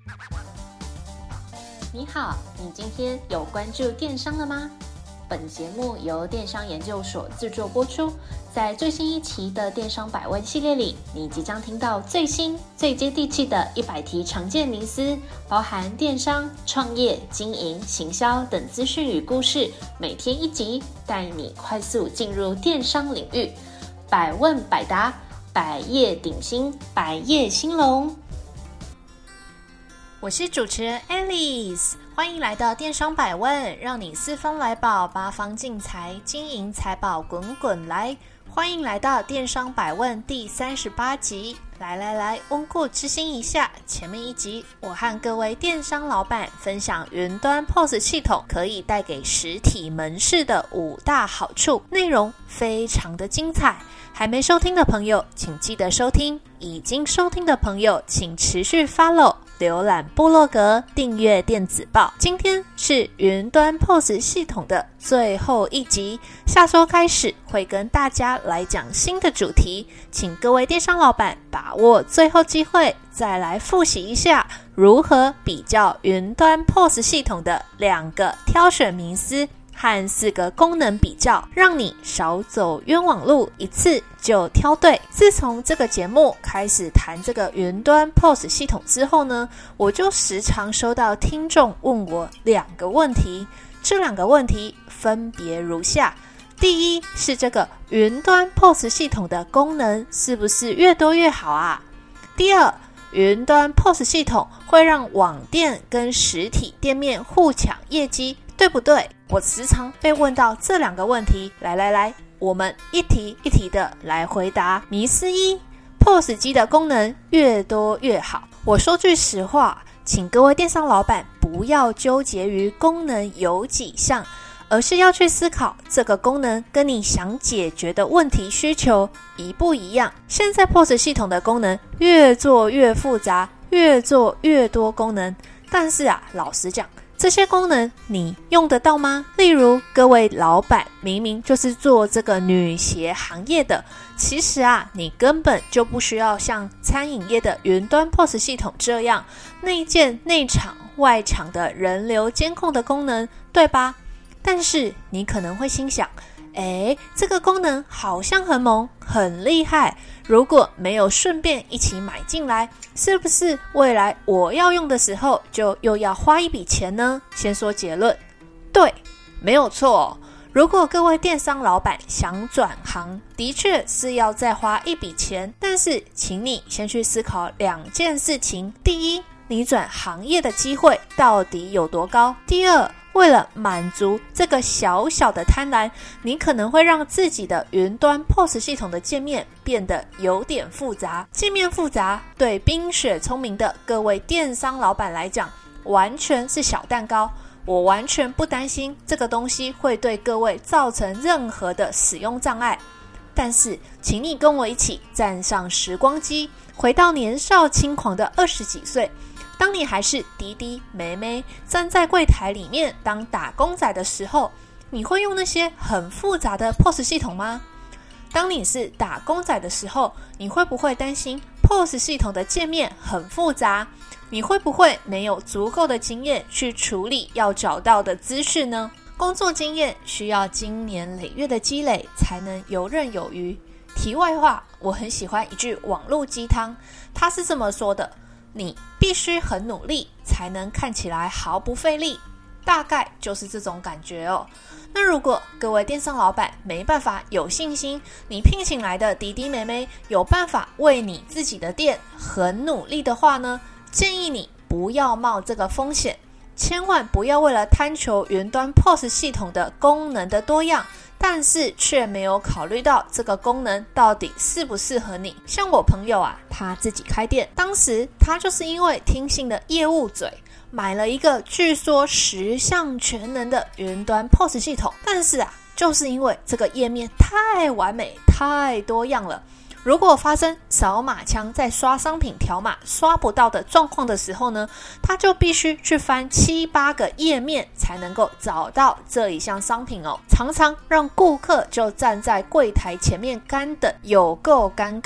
你好，你今天有关注电商了吗？本节目由电商研究所制作播出。在最新一期的电商百问系列里，你即将听到最新、最接地气的100题常见迷思，包含电商、创业、经营、行销等资讯与故事，每天一集，带你快速进入电商领域。百问百答，百业鼎新，百业兴隆。我是主持人 Alice， 欢迎来到电商百问，让你四方来宝，八方进财，金银财宝滚滚来。欢迎来到电商百问第38集。来，温故知新一下，前面一集我和各位电商老板分享云端 POS 系统可以带给实体门市的5大好处，内容非常的精彩。还没收听的朋友请记得收听，已经收听的朋友请持续 follow， 浏览部落格，订阅电子报。今天是云端 POS 系统的最后一集，下周开始会跟大家来讲新的主题，请各位电商老板把握最后机会，再来复习一下如何比较云端 POS 系统的2个挑选迷思和4个功能比较，让你少走冤枉路，一次就挑对。自从这个节目开始谈这个云端 POS 系统之后呢，我就时常收到听众问我2个问题，这2个问题分别如下。第一是这个云端 POS 系统的功能是不是越多越好啊？第二，云端 POS 系统会让网店跟实体店面互抢业绩，对不对？我时常被问到这2个问题，来，我们一题一题的来回答。迷思1， POS 机的功能越多越好。我说句实话，请各位电商老板不要纠结于功能有几项，而是要去思考这个功能跟你想解决的问题需求一不一样。现在 POS 系统的功能越做越复杂，越做越多功能，但是老实讲，这些功能你用得到吗？例如各位老板明明就是做这个女鞋行业的，其实你根本就不需要像餐饮业的云端 POS 系统这样内建内场外场的人流监控的功能，对吧？但是你可能会心想，这个功能好像很猛很厉害，如果没有顺便一起买进来，是不是未来我要用的时候就又要花一笔钱呢？先说结论，对，没有错如果各位电商老板想转行，的确是要再花一笔钱，但是请你先去思考2件事情。第一，你转行业的机会到底有多高？第二，为了满足这个小小的贪婪，你可能会让自己的云端 POS 系统的界面变得有点复杂。界面复杂对冰雪聪明的各位电商老板来讲完全是小蛋糕，我完全不担心这个东西会对各位造成任何的使用障碍。但是请你跟我一起站上时光机，回到年少轻狂的20几岁，当你还是弟弟妹妹站在柜台里面当打工仔的时候，你会用那些很复杂的 POS 系统吗？当你是打工仔的时候，你会不会担心 POS 系统的界面很复杂？你会不会没有足够的经验去处理要找到的资讯呢？工作经验需要经年累月的积累才能游刃有余。题外话，我很喜欢一句网络鸡汤，它是这么说的，你必须很努力才能看起来毫不费力，大概就是这种感觉哦。那如果各位电商老板没办法有信心，你聘请来的弟弟妹妹有办法为你自己的店很努力的话呢，建议你不要冒这个风险，千万不要为了贪求云端 POS 系统的功能的多样，但是却没有考虑到这个功能到底适不适合你。像我朋友他自己开店，当时他就是因为听信了业务嘴，买了一个据说10项全能的云端 POS 系统，但是就是因为这个页面太完美太多样了，如果发生扫码枪在刷商品条码刷不到的状况的时候呢，他就必须去翻7-8个页面才能够找到这一项商品哦，常常让顾客就站在柜台前面干等，有够尴尬。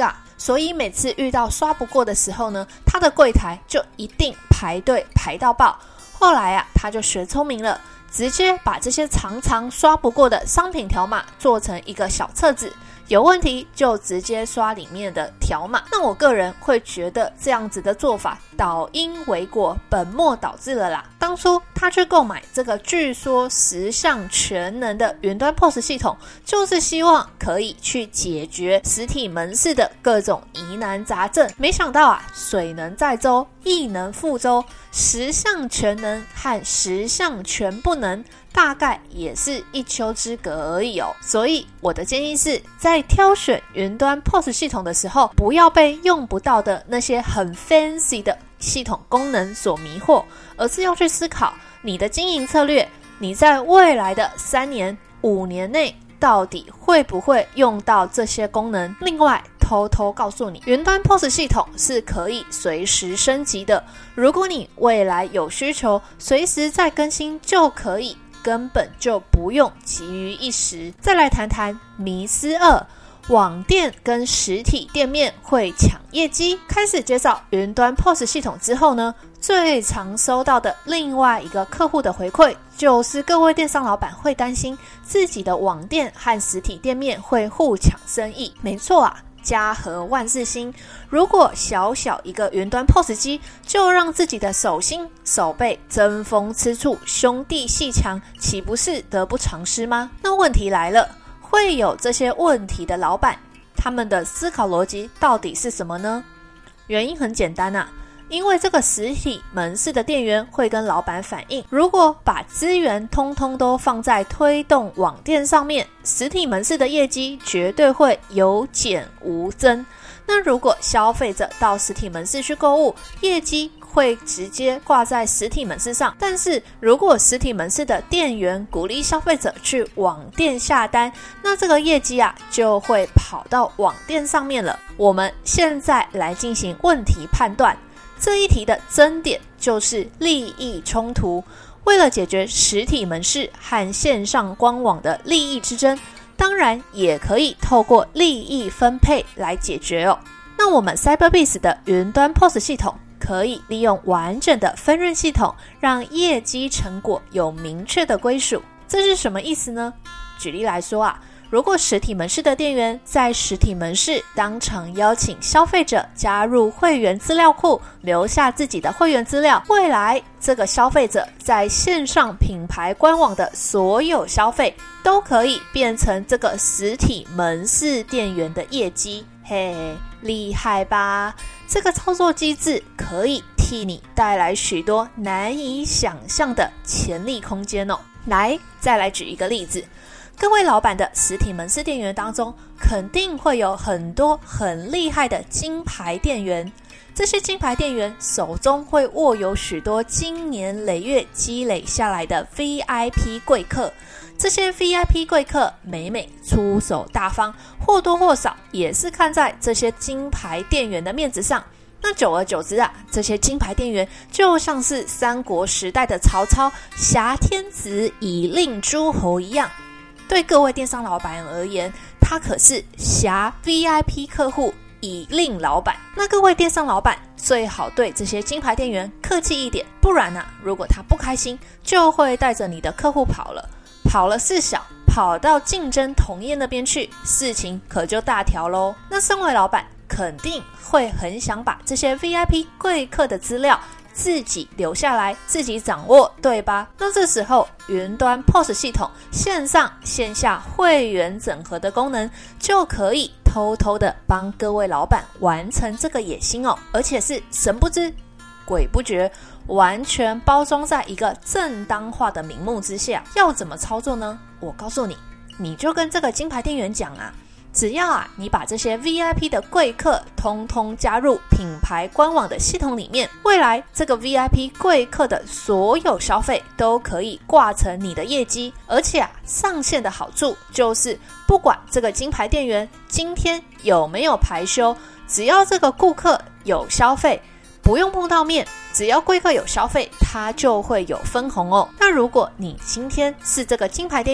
所以每次遇到刷不过的时候呢，他的柜台就一定排队排到爆。后来啊，他就学聪明了，直接把这些常常刷不过的商品条码做成一个小册子，有问题就直接刷里面的条码。那我个人会觉得这样子的做法倒因为果，本末倒置了啦。当初他去购买这个据说10项全能的云端 POS 系统，就是希望可以去解决实体门市的各种疑难杂症。没想到啊，水能载舟，亦能覆舟，10项全能和10项全不能，大概也是一丘之隔而已哦。所以我的建议是，在挑选云端 POS 系统的时候，不要被用不到的那些很 fancy 的系统功能所迷惑，而是要去思考你的经营策略，你在未来的3年、5年内到底会不会用到这些功能。另外，偷偷告诉你，云端 POS 系统是可以随时升级的，如果你未来有需求，随时再更新就可以，根本就不用急于一时。再来谈谈迷思2，网店跟实体店面会抢业绩。开始介绍云端 POS 系统之后呢，最常收到的另外一个客户的回馈，就是各位电商老板会担心自己的网店和实体店面会互抢生意。没错啊，家和万事兴，如果小小一个云端 POS 机就让自己的手心手背争风吃醋，兄弟阋墙，岂不是得不偿失吗？那问题来了，会有这些问题的老板，他们的思考逻辑到底是什么呢？原因很简单啊，因为这个实体门市的店员会跟老板反映，如果把资源通通都放在推动网店上面，实体门市的业绩绝对会有减无增。那如果消费者到实体门市去购物，业绩会直接挂在实体门市上，但是如果实体门市的店员鼓励消费者去网店下单，那这个业绩啊就会跑到网店上面了。我们现在来进行问题判断，这一题的争点就是利益冲突。为了解决实体门市和线上官网的利益之争，当然也可以透过利益分配来解决哦。那我们 Cyberbiz 的云端 POS 系统可以利用完整的分润系统，让业绩成果有明确的归属。这是什么意思呢？举例来说啊，如果实体门市的店员在实体门市当场邀请消费者加入会员资料库，留下自己的会员资料，未来这个消费者在线上品牌官网的所有消费都可以变成这个实体门市店员的业绩。嘿，厉害吧？这个操作机制可以替你带来许多难以想象的潜力空间哦。再来举一个例子，各位老板的实体门市店员当中，肯定会有很多很厉害的金牌店员。这些金牌店员手中会握有许多经年累月积累下来的 VIP 贵客，这些 VIP 贵客每出手大方，或多或少也是看在这些金牌店员的面子上。那久而久之啊，这些金牌店员就像是三国时代的曹操挟天子以令诸侯一样，对各位电商老板而言，他可是挟 VIP 客户以令老板。那各位电商老板最好对这些金牌店员客气一点，不然啊，如果他不开心，就会带着你的客户跑了事小，跑到竞争同业那边去，事情可就大条咯。那身为老板，肯定会很想把这些 VIP 贵客的资料自己留下来，自己掌握，对吧？那这时候云端 POS 系统线上线下会员整合的功能，就可以偷偷的帮各位老板完成这个野心哦，而且是神不知鬼不觉，完全包装在一个正当化的名目之下。要怎么操作呢？我告诉你，你就跟这个金牌店员讲啊，只要啊你把这些 VIP 的贵客通通加入品牌官网的系统里面，未来这个 VIP 贵客的所有消费都可以挂成你的业绩。而且啊，上线的好处就是不管这个金牌店员今天有没有排休，只要这个顾客有消费，不用碰到面，只要贵客有消费，他就会有分红哦。那如果你今天是这个金牌店员，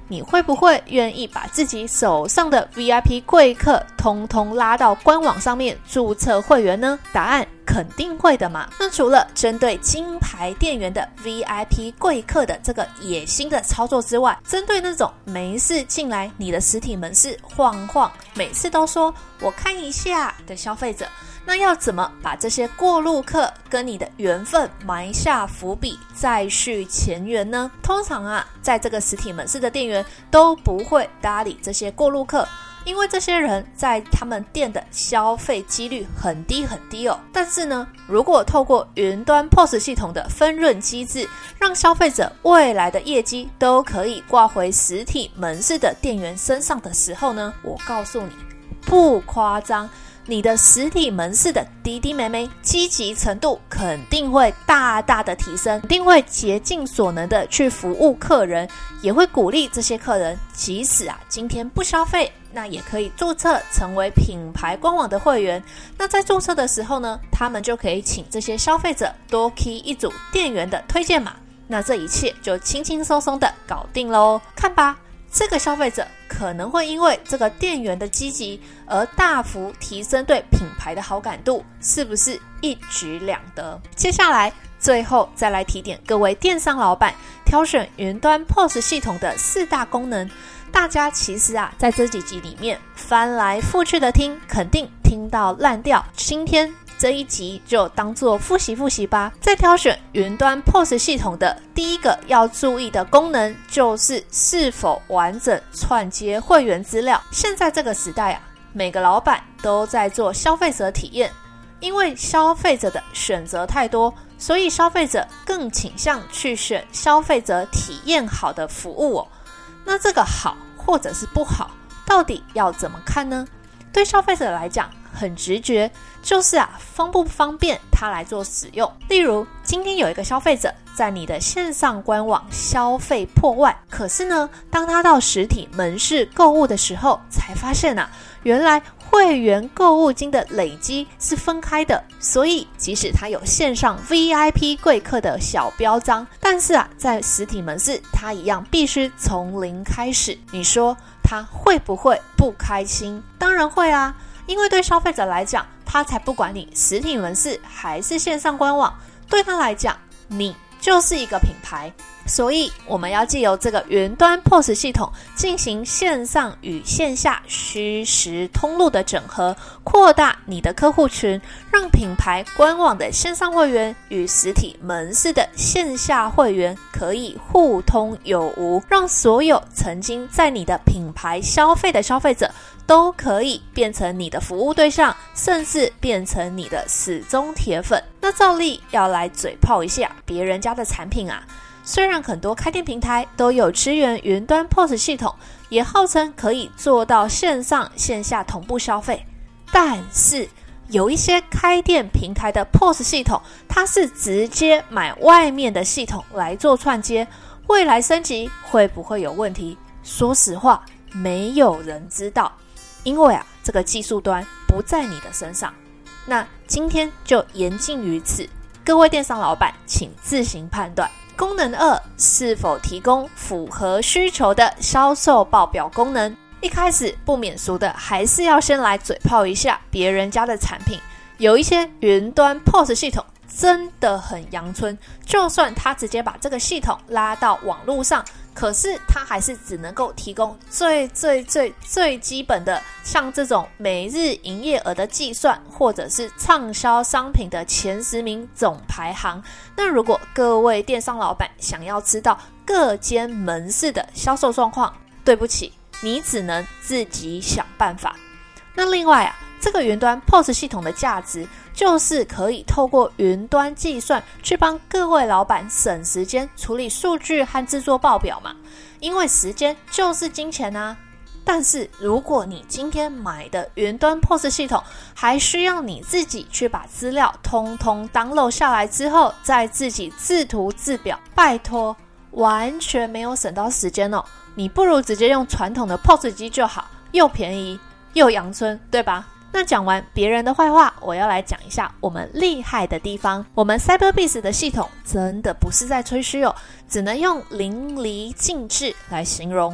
你会不会愿意把自己手上的 VIP 贵客通通拉到官网上面注册会员呢？答案肯定会的嘛。那除了针对金牌店员的 VIP 贵客的这个野心的操作之外，针对那种没事进来你的实体门市晃晃，每次都说我看一下的消费者，那要怎么把这些过路客跟你的缘分埋下伏笔，再续前缘呢？通常啊，在这个实体门市的店员都不会搭理这些过路客，因为这些人在他们店的消费几率很低很低哦。但是呢，如果透过云端 POS 系统的分润机制，让消费者未来的业绩都可以挂回实体门市的店员身上的时候呢，我告诉你，不夸张，你的实体门市的弟弟妹妹积极程度肯定会大大的提升，肯定会竭尽所能的去服务客人，也会鼓励这些客人，即使今天不消费，那也可以注册成为品牌官网的会员。那在注册的时候呢，他们就可以请这些消费者多 key 一组店员的推荐码，那这一切就轻轻松松的搞定咯。看吧，这个消费者可能会因为这个店员的积极而大幅提升对品牌的好感度，是不是一举两得？接下来最后再来提点各位电商老板挑选云端 POS 系统的4大功能。大家其实在这几集里面翻来覆去的听，肯定听到烂掉。今天这一集就当做复习吧。在挑选云端 POS 系统的第一个要注意的功能，就是是否完整串接会员资料。现在这个时代每个老板都在做消费者体验，因为消费者的选择太多，所以消费者更倾向去选消费者体验好的服务哦。那这个好或者是不好，到底要怎么看呢？对消费者来讲，很直觉，就是方不方便他来做使用。例如，今天有一个消费者在你的线上官网消费破万，可是呢，当他到实体门市购物的时候，才发现原来会员购物金的累积是分开的，所以即使他有线上 VIP 贵客的小标章，但是在实体门市他一样必须从零开始。你说他会不会不开心？当然会因为对消费者来讲，他才不管你实体门市还是线上官网，对他来讲，你就是一个品牌。所以我们要藉由这个云端 POS 系统进行线上与线下虚实通路的整合，扩大你的客户群，让品牌官网的线上会员与实体门市的线下会员可以互通有无，让所有曾经在你的品牌消费的消费者都可以变成你的服务对象，甚至变成你的死忠铁粉。那照例要来嘴炮一下别人家的产品虽然很多开店平台都有支援云端 POS 系统，也号称可以做到线上线下同步消费，但是有一些开店平台的 POS 系统，它是直接买外面的系统来做串接，未来升级会不会有问题？说实话，没有人知道，因为这个技术端不在你的身上。那今天就言尽于此，各位电商老板请自行判断。功能2，是否提供符合需求的销售报表功能。一开始不免俗的，还是要先来嘴炮一下别人家的产品。有一些云端 POS 系统真的很阳春，就算他直接把这个系统拉到网络上，可是他还是只能够提供最基本的，像这种每日营业额的计算，或者是畅销商品的前10名总排行。那如果各位电商老板想要知道各间门市的销售状况，对不起，你只能自己想办法。那另外这个云端 POS 系统的价值，就是可以透过云端计算去帮各位老板省时间，处理数据和制作报表嘛。因为时间就是金钱但是如果你今天买的云端 POS 系统还需要你自己去把资料通通 download 下来之后，再自己制图制表，拜托，完全没有省到时间你不如直接用传统的 POS 机就好，又便宜又阳春，对吧？那讲完别人的坏话，我要来讲一下我们厉害的地方。我们 Cyberbiz 的系统真的不是在吹嘘只能用淋漓尽致来形容。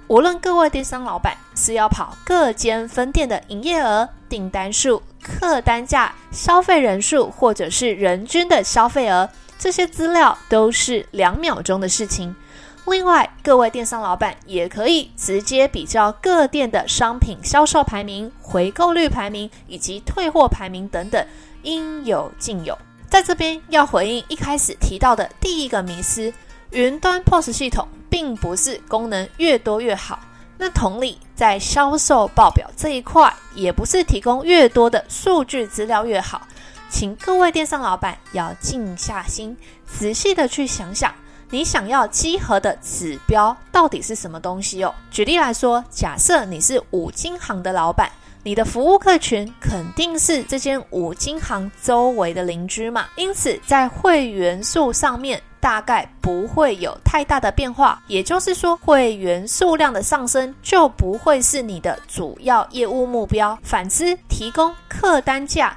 无论各位电商老板是要跑各间分店的营业额、订单数、客单价、消费人数，或者是人均的消费额，这些资料都是2秒钟的事情。另外，各位电商老板也可以直接比较各店的商品销售排名、回购率排名以及退货排名等等，应有尽有。在这边要回应一开始提到的第一个迷思，云端 POS 系统并不是功能越多越好，那同理，在销售报表这一块，也不是提供越多的数据资料越好。请各位电商老板要静下心，仔细的去想想，你想要稽核的指标到底是什么东西哦？举例来说，假设你是五金行的老板，你的服务客群肯定是这间五金行周围的邻居嘛，因此在会员数上面大概不会有太大的变化，也就是说会员数量的上升就不会是你的主要业务目标。反之，提高客单价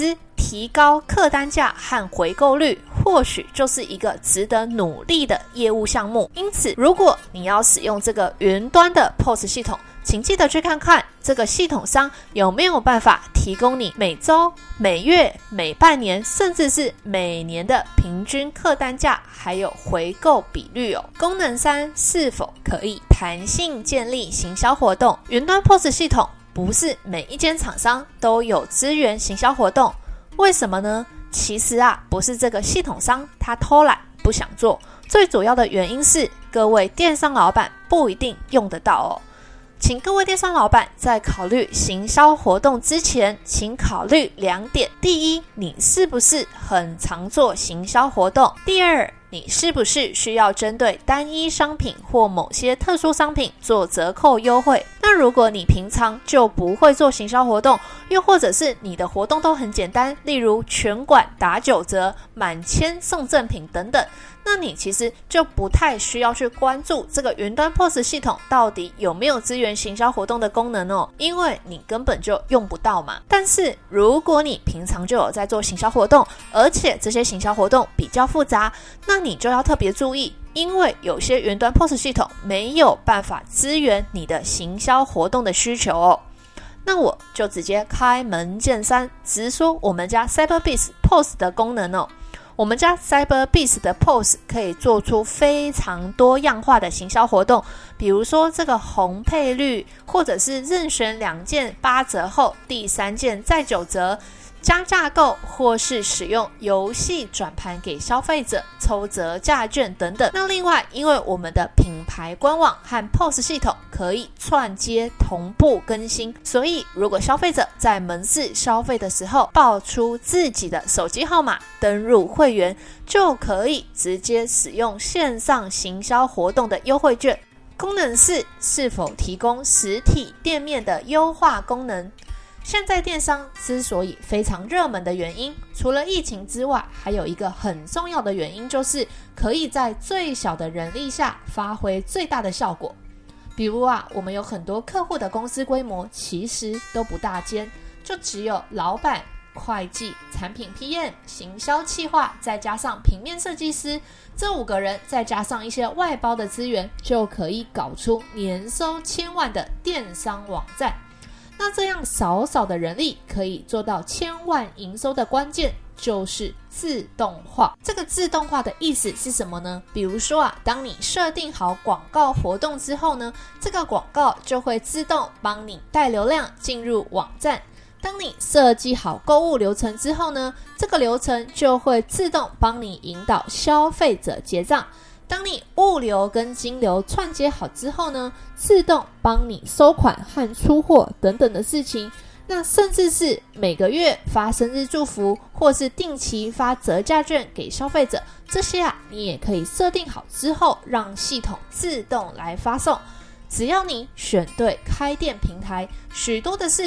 和回购率或许就是一个值得努力的业务项目。因此，如果你要使用这个云端的 POS 系统，请记得去看看这个系统商有没有办法提供你每周、每月、每半年，甚至是每年的平均客单价还有回购比率哦。功能3，是否可以弹性建立行销活动？云端 POS 系统不是每一间厂商都有支援行销活动，为什么呢？其实不是这个系统商他偷懒不想做，最主要的原因是各位电商老板不一定用得到哦。请各位电商老板在考虑行销活动之前，请考虑2点。第一，你是不是很常做行销活动？第二，你是不是需要针对单一商品或某些特殊商品做折扣优惠？那如果你平常就不会做行销活动，又或者是你的活动都很简单，例如全馆打9折、满千送赠品等等，那你其实就不太需要去关注这个云端 POS 系统到底有没有支援行销活动的功能哦，因为你根本就用不到嘛。但是如果你平常就有在做行销活动，而且这些行销活动比较复杂，那你就要特别注意，因为有些云端 POS 系统没有办法支援你的行销活动的需求哦。那我就直接开门见山，直说我们家 Cyberbiz POS 的功能哦。我们家 Cyberbiz 的 POS 可以做出非常多样化的行销活动，比如说这个红配率，或者是任选2件8折后，第3件再9折，加价购，或是使用游戏转盘给消费者抽折价券等等。那另外，因为我们的品牌官网和 POS 系统可以串接同步更新，所以如果消费者在门市消费的时候报出自己的手机号码登入会员，就可以直接使用线上行销活动的优惠券。功能4，是否提供实体店面的优化功能？现在电商之所以非常热门的原因，除了疫情之外，还有一个很重要的原因，就是可以在最小的人力下发挥最大的效果。比如我们有很多客户的公司规模其实都不大间，就只有老板、会计、产品 PM、行销企划，再加上平面设计师，这5个人再加上一些外包的资源，就可以搞出年收1000万的电商网站。那这样少少的人力可以做到1000万营收的关键就是自动化。这个自动化的意思是什么呢？比如说当你设定好广告活动之后呢，这个广告就会自动帮你带流量进入网站。当你设计好购物流程之后呢，这个流程就会自动帮你引导消费者结账。当你物流跟金流串接好之后呢，自动帮你收款和出货等等的事情。那甚至是每个月发生日祝福，或是定期发折价券给消费者，这些你也可以设定好之后，让系统自动来发送。只要你选对开店平台，许多的事情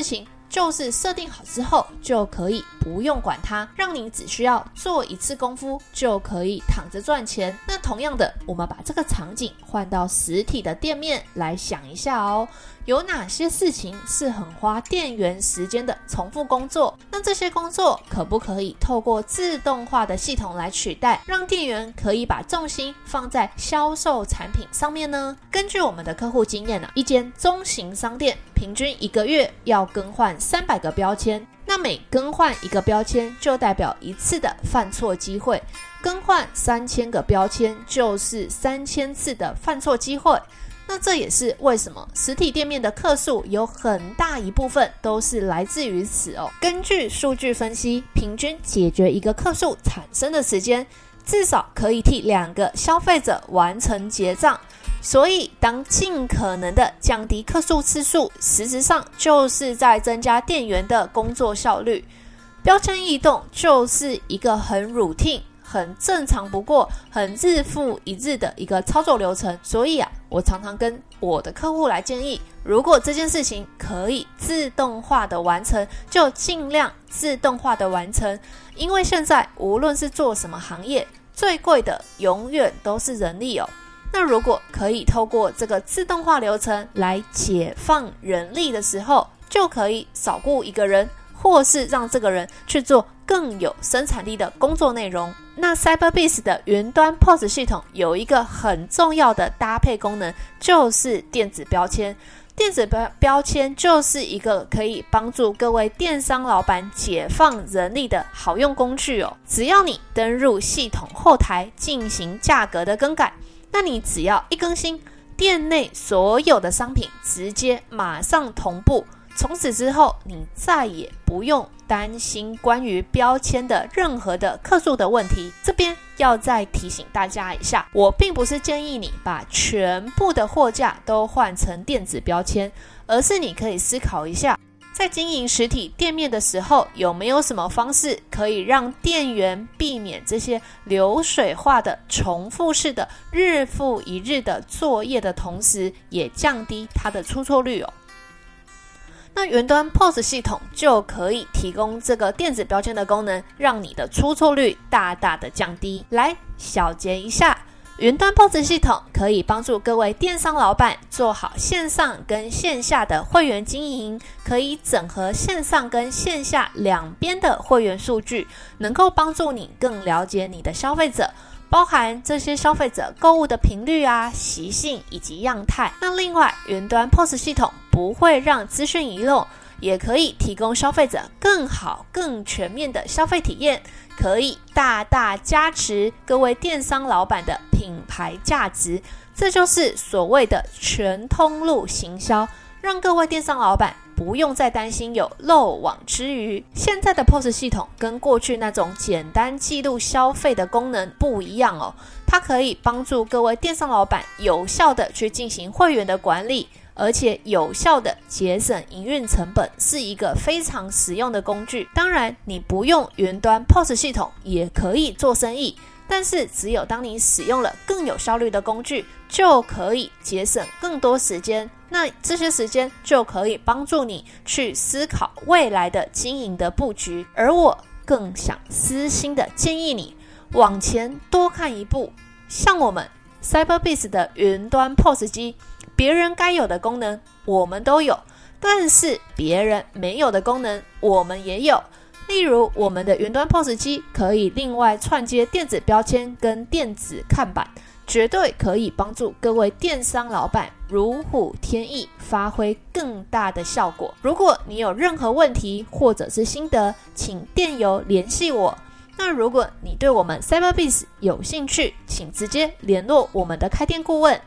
就是设定好之后就可以不用管它，让你只需要做一次功夫就可以躺着赚钱。那同样的，我们把这个场景换到实体的店面来想一下哦，有哪些事情是很花店员时间的重复工作？那这些工作可不可以透过自动化的系统来取代，让店员可以把重心放在销售产品上面呢？根据我们的客户经验一间中型商店平均1个月要更换300个标签，那每更换1个标签就代表1次的犯错机会，更换3000个标签就是3000次的犯错机会。那这也是为什么实体店面的客数有很大一部分都是来自于此哦。根据数据分析，平均解决一个客数产生的时间，至少可以替2个消费者完成结账。所以当尽可能的降低客诉次数，实质上就是在增加店员的工作效率。标签异动就是一个很 routine 很正常不过很日复一日的一个操作流程，所以我常常跟我的客户来建议，如果这件事情可以自动化的完成，就尽量自动化的完成。因为现在无论是做什么行业，最贵的永远都是人力哦。那如果可以透过这个自动化流程来解放人力的时候，就可以少雇一个人，或是让这个人去做更有生产力的工作内容。那 Cyberbiz 的云端 POS 系统有一个很重要的搭配功能，就是电子标签。电子标签就是一个可以帮助各位电商老板解放人力的好用工具哦。只要你登入系统后台进行价格的更改，那你只要一更新，店内所有的商品直接马上同步。从此之后，你再也不用担心关于标签的任何的客诉的问题。这边要再提醒大家一下，我并不是建议你把全部的货架都换成电子标签，而是你可以思考一下，在经营实体店面的时候，有没有什么方式可以让店员避免这些流水化的重复式的日复一日的作业的同时，也降低它的出错率哦。那云端 POS 系统就可以提供这个电子标签的功能，让你的出错率大大的降低。来小结一下，云端 POS 系统可以帮助各位电商老板做好线上跟线下的会员经营，可以整合线上跟线下两边的会员数据，能够帮助你更了解你的消费者，包含这些消费者购物的频率习性以及样态。那另外，云端 POS 系统不会让资讯遗漏，也可以提供消费者更好更全面的消费体验，可以大大加持各位电商老板的品牌价值。这就是所谓的全通路行销，让各位电商老板不用再担心有漏网之鱼。现在的 POS 系统跟过去那种简单记录消费的功能不一样哦，它可以帮助各位电商老板有效的去进行会员的管理，而且有效的节省营运成本，是一个非常实用的工具。当然，你不用云端 POS 系统也可以做生意，但是只有当你使用了更有效率的工具，就可以节省更多时间。那这些时间就可以帮助你去思考未来的经营的布局。而我更想私心的建议你往前多看一步，像我们 Cyberbiz 的云端 POS 机，别人该有的功能我们都有，但是别人没有的功能我们也有。例如，我们的云端 POS 机可以另外串接电子标签跟电子看板，绝对可以帮助各位电商老板如虎添翼，发挥更大的效果。如果你有任何问题或者是心得，请电邮联系我。那如果你对我们 Cyberbiz 有兴趣，请直接联络我们的开店顾问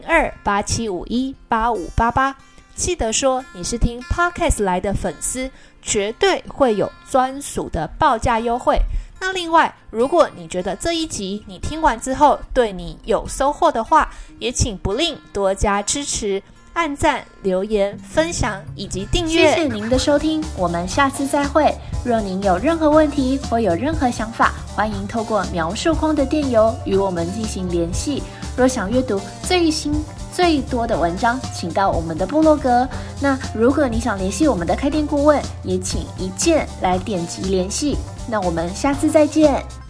0287518588，记得说你是听 Podcast 来的粉丝，绝对会有专属的报价优惠。那另外，如果你觉得这一集你听完之后对你有收获的话，也请不吝多加支持，按赞、留言、分享以及订阅。谢谢您的收听，我们下次再会。若您有任何问题或有任何想法，欢迎透过描述框的电邮与我们进行联系。若想阅读最新最多的文章，请到我们的部落格。那如果你想联系我们的开店顾问，也请一键来点击联系。那我们下次再见。